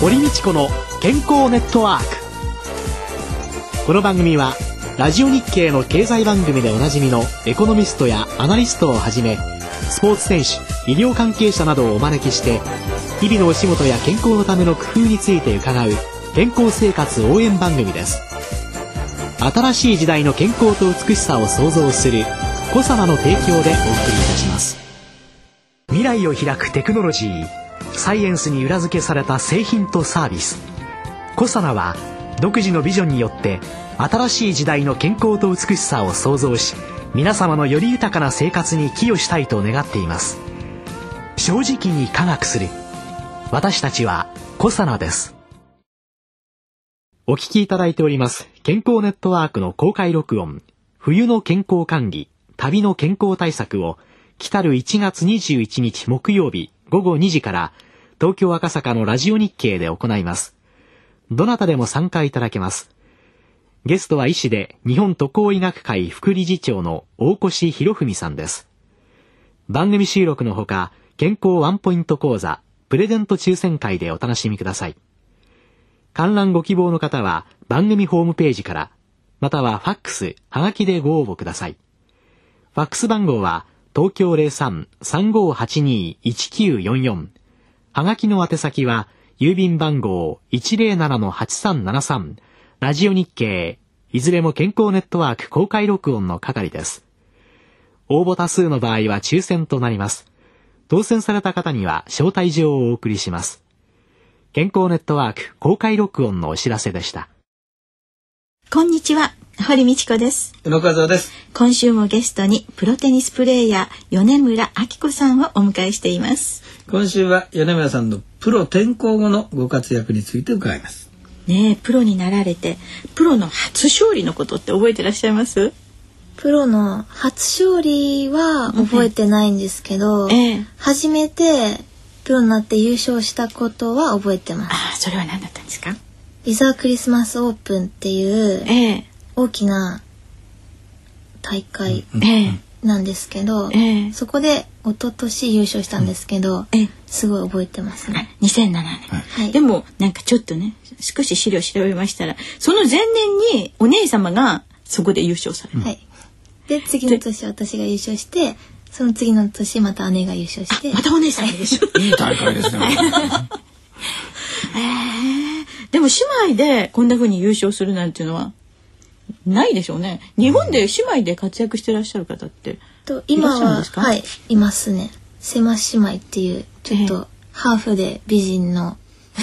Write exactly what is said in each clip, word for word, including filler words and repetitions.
堀道子の健康ネットワーク。この番組はラジオ日経の経済番組でおなじみのエコノミストやアナリストをはじめ、スポーツ選手、医療関係者などをお招きして日々のお仕事や健康のための工夫について伺う健康生活応援番組です。新しい時代の健康と美しさを創造するコサナの提供でお送りいたします。未来を開くテクノロジー、サイエンスに裏付けされた製品とサービス。コサナは独自のビジョンによって新しい時代の健康と美しさを創造し、皆様のより豊かな生活に寄与したいと願っています。正直に科学する、私たちはコサナです。お聞きいただいております健康ネットワークの公開録音、冬の健康管理、旅の健康対策を来たるいちがつにじゅういちにち木曜日ごごにじから東京赤坂のラジオ日経で行います。どなたでも参加いただけます。ゲストは医師で日本渡航医学会副理事長の大越博文さんです。番組収録のほか、健康ワンポイント講座、プレゼント抽選会でお楽しみください。観覧ご希望の方は番組ホームページから、またはファックス、はがきでご応募ください。ファックス番号は東京 ゼロさん さんごはちに いちきゅうよんよん、はがきの宛先は郵便番号 いちゼロななのはちさんななさん、ラジオ日経、いずれも健康ネットワーク公開録音の係です。応募多数の場合は抽選となります。当選された方には招待状をお送りします。健康ネットワーク公開録音のお知らせでした。 こんにちは、堀道子です。 宇野和夫です。 今週もゲストにプロテニスプレーヤー米村明子さんをお迎えしています。 今週は米村さんのプロ転向後のご活躍について伺います。 ねえ、プロになられてプロの初勝利のことって覚えてらっしゃいます？ プロの初勝利は覚えてないんですけど、ええ、初めてプロになって優勝したことは覚えてます。 ああ、それは何だったんですか？ ウィザークリスマスオープンっていう大きな大会なんですけど、ええ、そこで一昨年優勝したんですけど、ええ、すごい覚えてますね。 にせんななねん、はい、でもなんかちょっとね、少し資料調べましたら、その前年にお姉様がそこで優勝された、はい、 で次の年私が優勝して、その次の年また姉が優勝して、 またお姉さんが優勝いい大会ですね。 えー、でも姉妹でこんな風に優勝するなんていうのはないでしょうね。日本で姉妹で活躍してらっしゃる方ってと今は、はい、いますね。セマ姉妹っていうちょっとハーフで美人の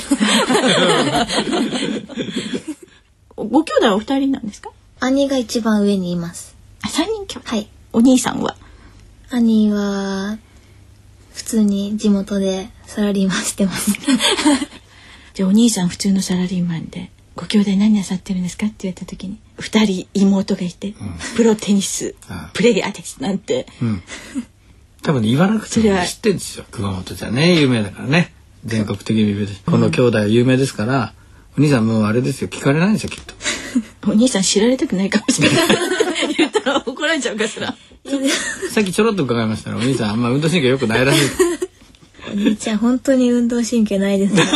ご兄弟はお二人なんですか？ 兄が一番上にいます。 あ、三人兄弟。 はい。 お兄さんは？ 兄は普通に地元でサラリーマンしてます。 じゃあお兄さん普通のサラリーマンで、ご兄弟何なさってるんですかって言われた時に、二人妹がいて、うん、プロテニスプレイヤーですなんて、うん、 多分、ね、言わなくても知ってるんですよ。熊本じゃね、有名だからね、全国的に有名です。この兄弟は有名ですから、お兄さんもうあれですよ、聞かれないんですよきっと。お兄さん知られたくないかもしれない。言ったら怒られちゃうかしら。 さっきちょろっと伺いましたら、お兄さんあんま運動神経良くないらしい。 お兄ちゃん本当に運動神経ないですね。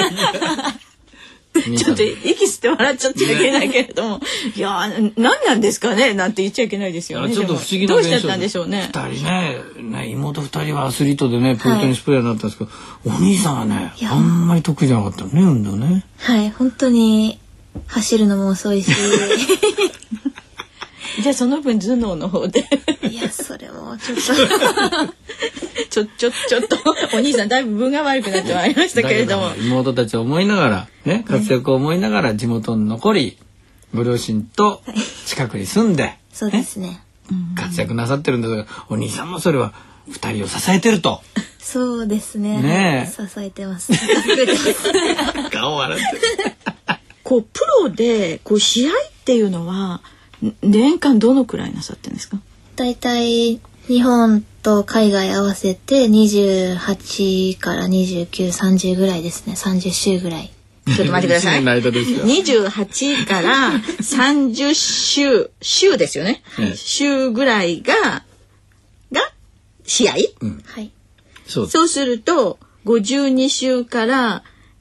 ちょっと息吸って笑っちゃっちゃいけないけれども、いやー、何なんですかねなんて言っちゃいけないですよね。 ちょっと不思議などうしちゃったんでしょうね。 二人ね、ね、妹二人はアスリートでね、プロテニスプレーヤーになったんですけど、はい、お兄さんはね、あんまり得意じゃなかったのね、運動ね。 はい、本当に走るのも遅いし。 じゃあその分頭脳の方で。 いや、それもちょっと。 ちょちょちょっとお兄さんだいぶ分が悪くなってまいりましたけれども、 妹たちを思いながらね、活躍を思いながら地元に残り、ご両親と近くに住んで、はい、 そうですね、 活躍なさってるんですが、お兄さんもそれは二人を支えてると。 そうですね、 ね、 支えてます。 顔笑ってこうプロでこう試合っていうのは年間どのくらいなさってるんですか？ だいたい日本と海外合わせてにじゅうはちからにじゅうきゅう、さんじゅうぐらいですね。さんじゅっ週ぐらい。 ちょっと待ってください。にじゅうはちからさんじゅっ週、週ですよね。はい、週ぐらいが、が試合、 うん、 はい。 そう。そうすると、ごじゅうに週から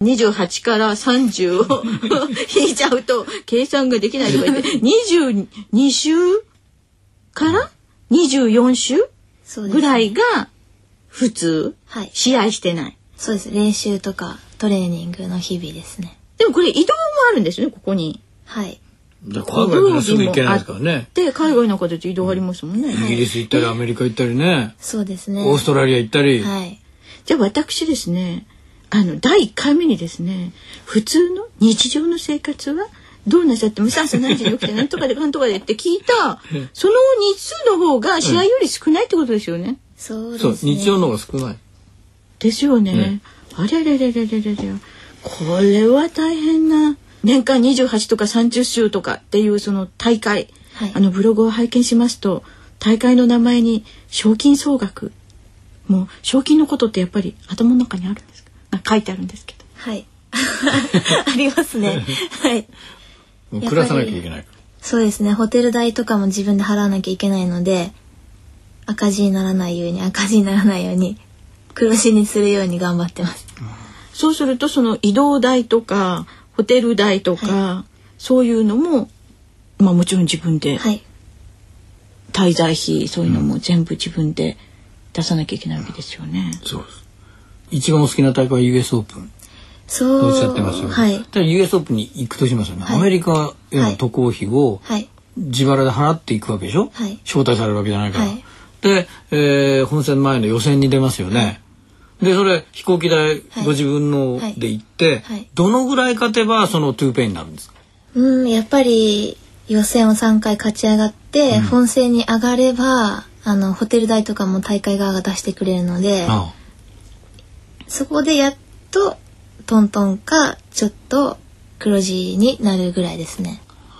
にじゅうはちからさんじゅうを引いちゃうと計算ができないとか言ってにじゅうに週からにじゅうよん週ぐらいが普通、はい、試合してない。 そうです。練習とかトレーニングの日々ですね。 でもこれ移動もあるんですね、ここに。 はい。 海外にすぐ行けないですからね。 で海外なんかで移動ありますもんね。 イギリス行ったりアメリカ行ったりね。 そうですね。 オーストラリア行ったり。 はい。 じゃあ私ですね、あのだいいっかいめにですね、普通の日常の生活はどうなさっても朝何時に起きて何とかでかんとかでって聞いたその日数の方が試合より少ないってことですよね。 そうですね。 そう、日常の方が少ない。 ですよね。ね、あれれれれれれれ、これは大変な。年間にじゅうはちとかさんじゅっ週とかっていうその大会、はい、あのブログを拝見しますと大会の名前に賞金総額、もう賞金のことってやっぱり頭の中にあるんですか？なんか書いてあるんですけど。 はいありますねはい。 もう暮らさなきゃいけないから。 そうですね。ホテル代とかも自分で払わなきゃいけないので、赤字にならないように赤字にならないように黒字にするように頑張ってます、うん、 そうするとその移動代とかホテル代とか、はい、そういうのも、まあ、もちろん自分で、はい、滞在費そういうのも全部自分で出さなきゃいけないわけですよね。 そうです。一番お好きな大会は ユーエス オープン。 そうおっしゃってますよ、ね。はい。で ユーエス オープンに行くとしますよね。はい、アメリカへの渡航費を自腹で払っていくわけでしょ。はい、招待されるわけじゃないから。はい、で、えー、本戦前の予選に出ますよね。はい、でそれ飛行機代ご自分ので行って、はいはい、どのぐらい勝てばそのトゥーペイになるんですか？ うん、やっぱり予選をさんかい勝ち上がって、うん、本戦に上がればあのホテル代とかも大会側が出してくれるので、ああ、そこでやっとトントンかちょっと黒字になるぐらいですね。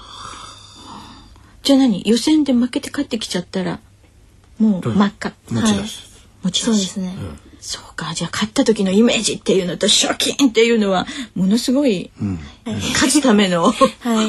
じゃあ何、予選で負けて帰ってきちゃったらもう真っ赤、 持ち出し、 はい、 そうですね、うん、 そうか。じゃあ勝った時のイメージっていうのとショキンっていうのはものすごい、うん、勝つための、はい、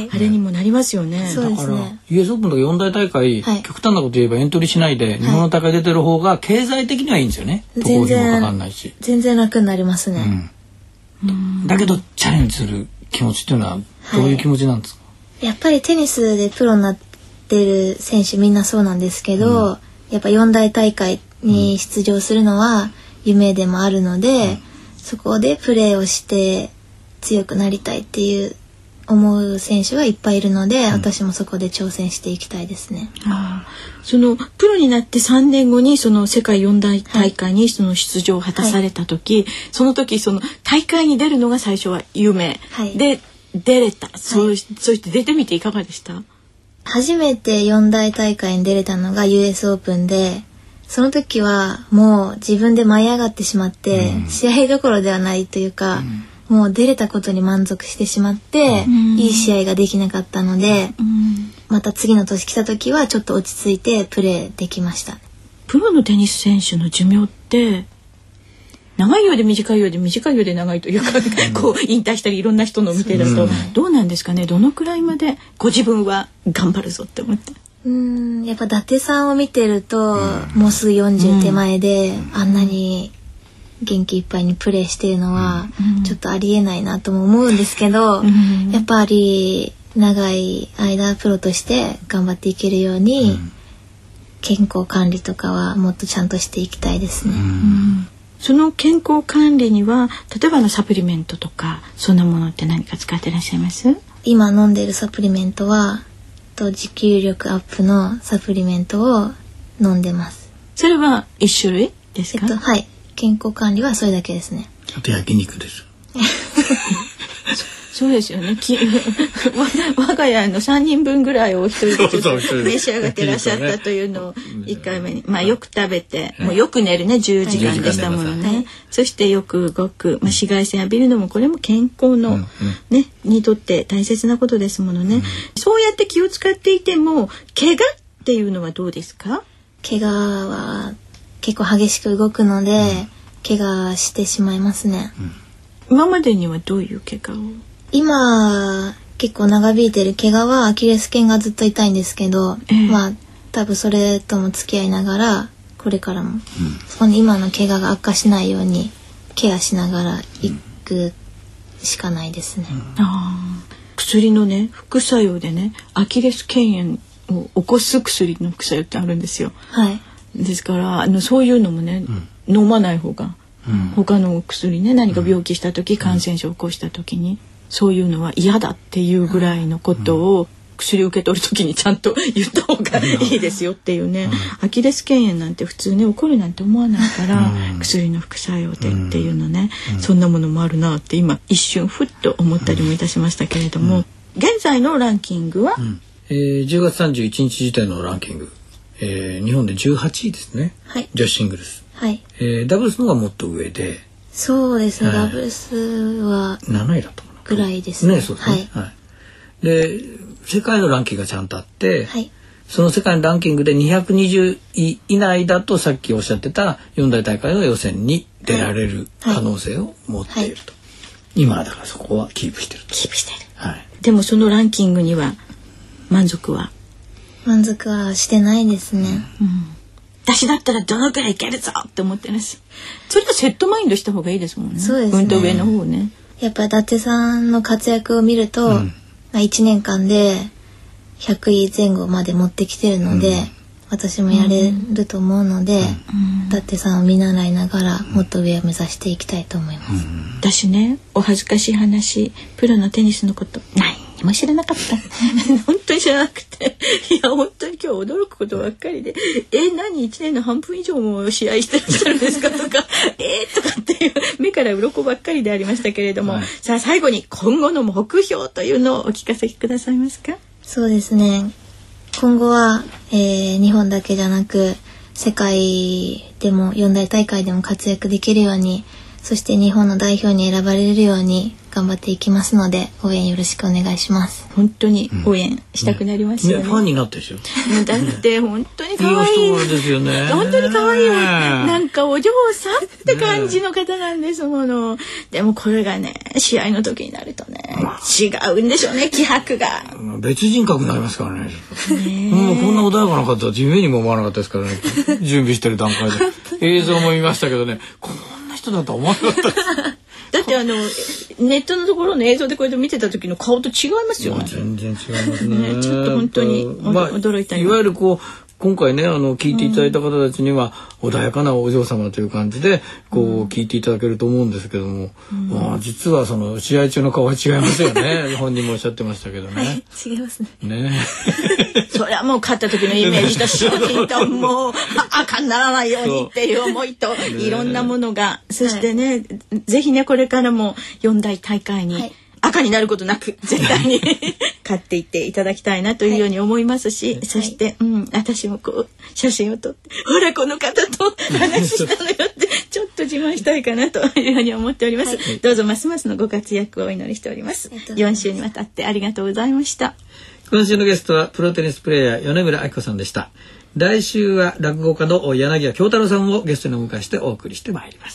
あれにもなりますよね。 そうですね。 だから ユーエス オープンのよん大大会、はい、極端なこと言えばエントリーしないで日本の大会出てる方が経済的にはいいんですよね。渡航費もかかんないし全然楽になりますね、 うん、だけどチャレンジする気持ちっていうのはどういう気持ちなんですか？ はい、やっぱりテニスでプロになってる選手みんなそうなんですけど、うん、やっぱよん大大会に出場するのは夢でもあるので、うん、そこでプレーをして強くなりたいっていう思う選手はいっぱいいるので、うん、私もそこで挑戦していきたいですね。 ああ、そのプロになってさんねんごにその世界四大大会にその出場を果たされた時、はい、その時その大会に出るのが最初は夢、はい、で出れた、そう、はい、そうして出てみていかがでした？ 初めて四大大会に出れたのが ユーエス オープンで、その時はもう自分で舞い上がってしまって、うん、試合どころではないというか、うん、もう出れたことに満足してしまって、うん、いい試合ができなかったので、うん、また次の年来た時はちょっと落ち着いてプレーできました。 プロのテニス選手の寿命って長いようで短いようで短いようで長いというか、うん、こう引退したりいろんな人のを見てると、うん、どうなんですかね。どのくらいまでご自分は頑張るぞって思って。 うーん、やっぱ伊達さんを見てると、うん、もうすぐよんじゅう手前で、うん、あんなに元気いっぱいにプレーしているのは、うん、ちょっとありえないなとも思うんですけど、うん、やっぱり長い間プロとして頑張っていけるように、うん、健康管理とかはもっとちゃんとしていきたいですね。うん、 その健康管理には例えばのサプリメントとかそんなものって何か使ってらっしゃいます？ 今飲んでいるサプリメントはと持久力アップのサプリメントを飲んでます。 それは一種類ですか？ えっと、はい、健康管理はそれだけですね。 あと焼肉ですそうですよね。き我が家のさんにんぶんぐらいを一人ずつ召し上がってらっしゃったというのをいっかいめに、まあ、よく食べて、もうよく寝るね、じゅうじかんでしたものね、はい、そしてよく動く、まあ、紫外線浴びるのもこれも健康の、ね、にとって大切なことですものね、うん、そうやって気を使っていても怪我っていうのはどうですか？ 怪我は結構激しく動くので、うん、怪我してしまいますね、 うん、今までにはどういう怪我を？ 今結構長引いてる怪我はアキレス腱がずっと痛いんですけど、えー、まあ多分それとも付き合いながらこれからも、うん、その今の怪我が悪化しないようにケアしながらいくしかないですね。 うん、あ薬のね副作用でねアキレス腱炎を起こす薬の副作用ってあるんですよ。 はい、 ですからあのそういうのもね、うん、飲まない方が、うん、他の薬ね何か病気した時、うん、感染症を起こした時にそういうのは嫌だっていうぐらいのことを、うん、薬を受け取る時にちゃんと言った方がいいですよっていうね、うん、アキレス腱炎なんて普通ね起こるなんて思わないから、うん、薬の副作用でっていうのね、うん、そんなものもあるなって今一瞬ふっと思ったりもいたしましたけれども、うん、現在のランキングは、うんえー、じゅうがつさんじゅういちにち時点のランキング、えー、日本でじゅうはちいですね、 はい、 女子シングルス、 はいえー、ダブルスの方がもっと上でそうですね、はい、ダブルスはなないだったかなぐらいですね。 ねそうですね、はいはい、で世界のランキングがちゃんとあって、 はい、 その世界のランキングでにひゃくにじゅうい以内だとさっきおっしゃってた四大大会の予選に出られる可能性を持っていると、はいはい、今だからそこはキープしてるとキープしてる、 はい、 でもそのランキングには満足は満足はしてないですね、うんうん、 私だったらどのくらいいけるぞって思ってるしそれはセットマインドした方がいいですもんね。 そうですね、 うんと上の方ねやっぱり伊達さんの活躍を見ると、うんまあ、いちねんかんでひゃくいぜん後まで持ってきてるので、うん、私もやれると思うので、うん、伊達さんを見習いながらもっと上を目指していきたいと思います、うん、 私ねお恥ずかしい話プロのテニスのこと何にも知らなかった本当に知らなくていや本当に今日驚くことばっかりでえ何いちねんの半分以上も試合してらっしゃるんですかとかえーとかっていう目から鱗ばっかりでありましたけれども、はい、さあ最後に今後の目標というのをお聞かせくださいますか。 そうですね今後は、えー、日本だけじゃなく世界でも四大大会でも活躍できるようにそして日本の代表に選ばれるように頑張っていきますので応援よろしくお願いします。 本当に応援したくなりますよね。 うんねね、ファンになってるでしょ。 だって本当に可愛い。 いい人ですよね。 本当に可愛いよ。なんかお嬢さんって感じの方なんですもの。ね、でもこれがね試合の時になるとね違うんでしょうね気迫が。 別人格になりますからね。ねもうこんな穏やかな方は地面にも思わなかったですからね。準備してる段階で映像も見ましたけどねこんな人だとは思わなかったです。 だってあのネットのところの映像でこれで見てた時の顔と違いますよね。 全然違いますね。 ねちょっと本当に、まあ、驚いたいわゆるこう今回ねあの聞いていただいた方たちには、うん、穏やかなお嬢様という感じでこう、うん、聞いていただけると思うんですけども、うん、まあ、実はその試合中の顔は違いますよね本人もおっしゃってましたけどね、はい、 違いますね。 ねそれはもう勝った時のイメージと商品ともう赤にならないようにっていう思いといろんなものがそしてね、はい、ぜひねこれからも四大大会に、はい赤になることなく絶対に買っていっていただきたいなというように思いますし、はい、そして、うん、私もこう写真を撮ってほらこの方と話したのよってちょっと自慢したいかなというふうに思っております、はい、どうぞますますのご活躍をお祈りしております。よん週にわたってありがとうございました。 今週のゲストはプロテニスプレーヤー米村明子さんでした。来週は落語家の柳家京太郎さんをゲストにお迎えしてお送りしてまいります。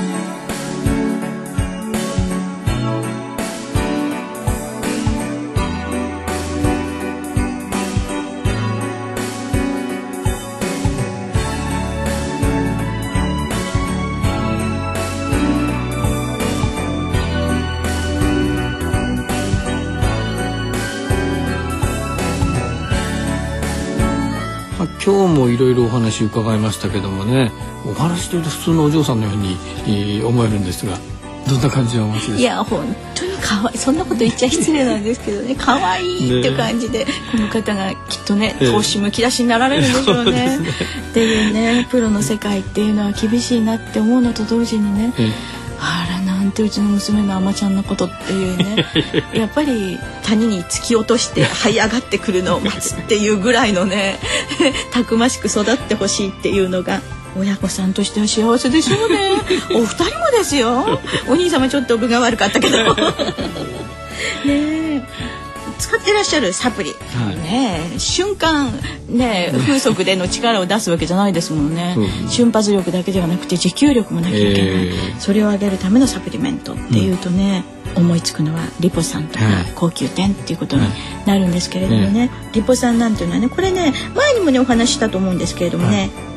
今日もいろいろお話伺いましたけどもねお話というと普通のお嬢さんのように、えー、思えるんですがどんな感じをお持ちですか。 いや本当に可愛いそんなこと言っちゃ失礼なんですけどね可愛いっていう感じで、ね、この方がきっとね投資むき出しになられるんでしょうね。えー、っていうねプロの世界っていうのは厳しいなって思うのと同時にね、えーあらなんてうちの娘のあまちゃんのことっていうねやっぱり谷に突き落として這い上がってくるのを待つっていうぐらいのねたくましく育ってほしいっていうのが親子さんとしては幸せでしょうねお二人もですよお兄様ちょっと分が悪かったけどねえ使ってらっしゃるサプリ、はい、ね瞬間ね風速での力を出すわけじゃないですもんね、うん、瞬発力だけではなくて持久力もなきゃいけない、えー、それを上げるためのサプリメントっていうとね、うん、思いつくのはリポ酸とか高級店っていうことになるんですけれどもね、はい、リポ酸なんていうのはねこれね前にもねお話ししたと思うんですけれどもね、はい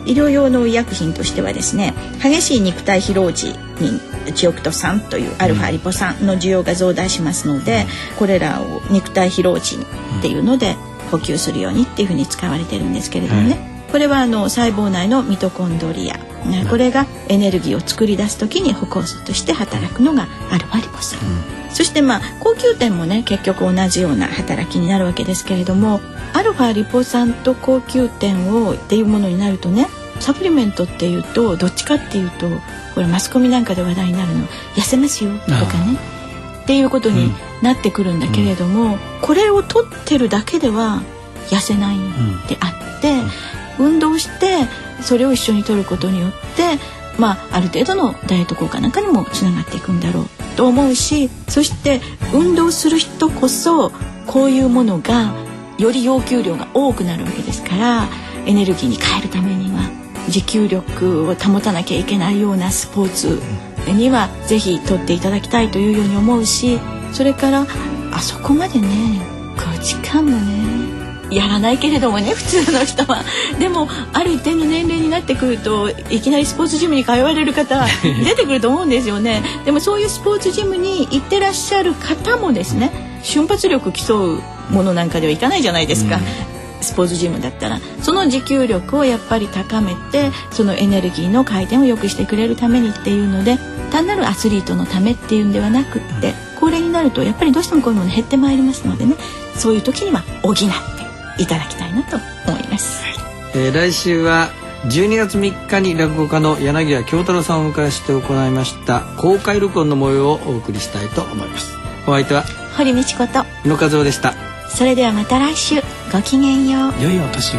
医療用の医薬品としてはですね、激しい肉体疲労時にチオクト酸というアルファリポ酸の需要が増大しますので、これらを肉体疲労時っていうので補給するようにっていうふうに使われてるんですけれどもね、はい、これはあの細胞内のミトコンドリア、これがエネルギーを作り出す時に歩行素として働くのがアルファリポ酸、うん、そしてまあ高級店もね結局同じような働きになるわけですけれども、アルファリポ酸と高級店をっていうものになるとね、サプリメントっていうとどっちかっていうとこれマスコミなんかで話題になるの痩せますよとかねっていうことになってくるんだけれども、うん、これを取ってるだけでは痩せないんであって、うん、運動してそれを一緒に取ることによって、まあ、ある程度のダイエット効果なんかにもつながっていくんだろうと思うし、そして運動する人こそこういうものがより要求量が多くなるわけですから、エネルギーに変えるためには持久力を保たなきゃいけないようなスポーツにはぜひ取っていただきたいというように思うし、それからあそこまでねごじかんもねやらないけれどもね普通の人はでもある一定の年齢になってくるといきなりスポーツジムに通われる方出てくると思うんですよね。でもそういうスポーツジムに行ってらっしゃる方もですね、瞬発力競うものなんかではいかないじゃないですか、うん、スポーツジムだったらその持久力をやっぱり高めて、そのエネルギーの回転を良くしてくれるためにっていうので、単なるアスリートのためっていうんではなくって、高齢になるとやっぱりどうしてもこういうもの減ってまいりますのでね、そういう時には補っていただきたいなと思います、はい。 えー、来週はじゅうにがつみっかに落語家の柳家京太郎さんをお迎えして行いました公開録音の模様をお送りしたいと思います。お相手は堀道子と宇野和夫でした。 それではまた来週、ごきげんよう。 良いお年を。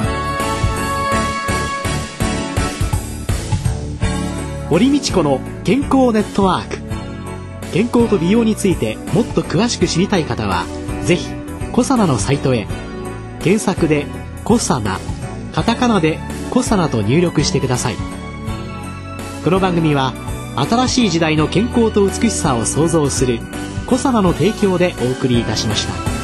堀道子の健康ネットワーク。健康と美容についてもっと詳しく知りたい方はぜひコサナのサイトへ。検索でコサナ、カタカナでコサナと入力してください。この番組は新しい時代の健康と美しさを創造するコサナの提供でお送りいたしました。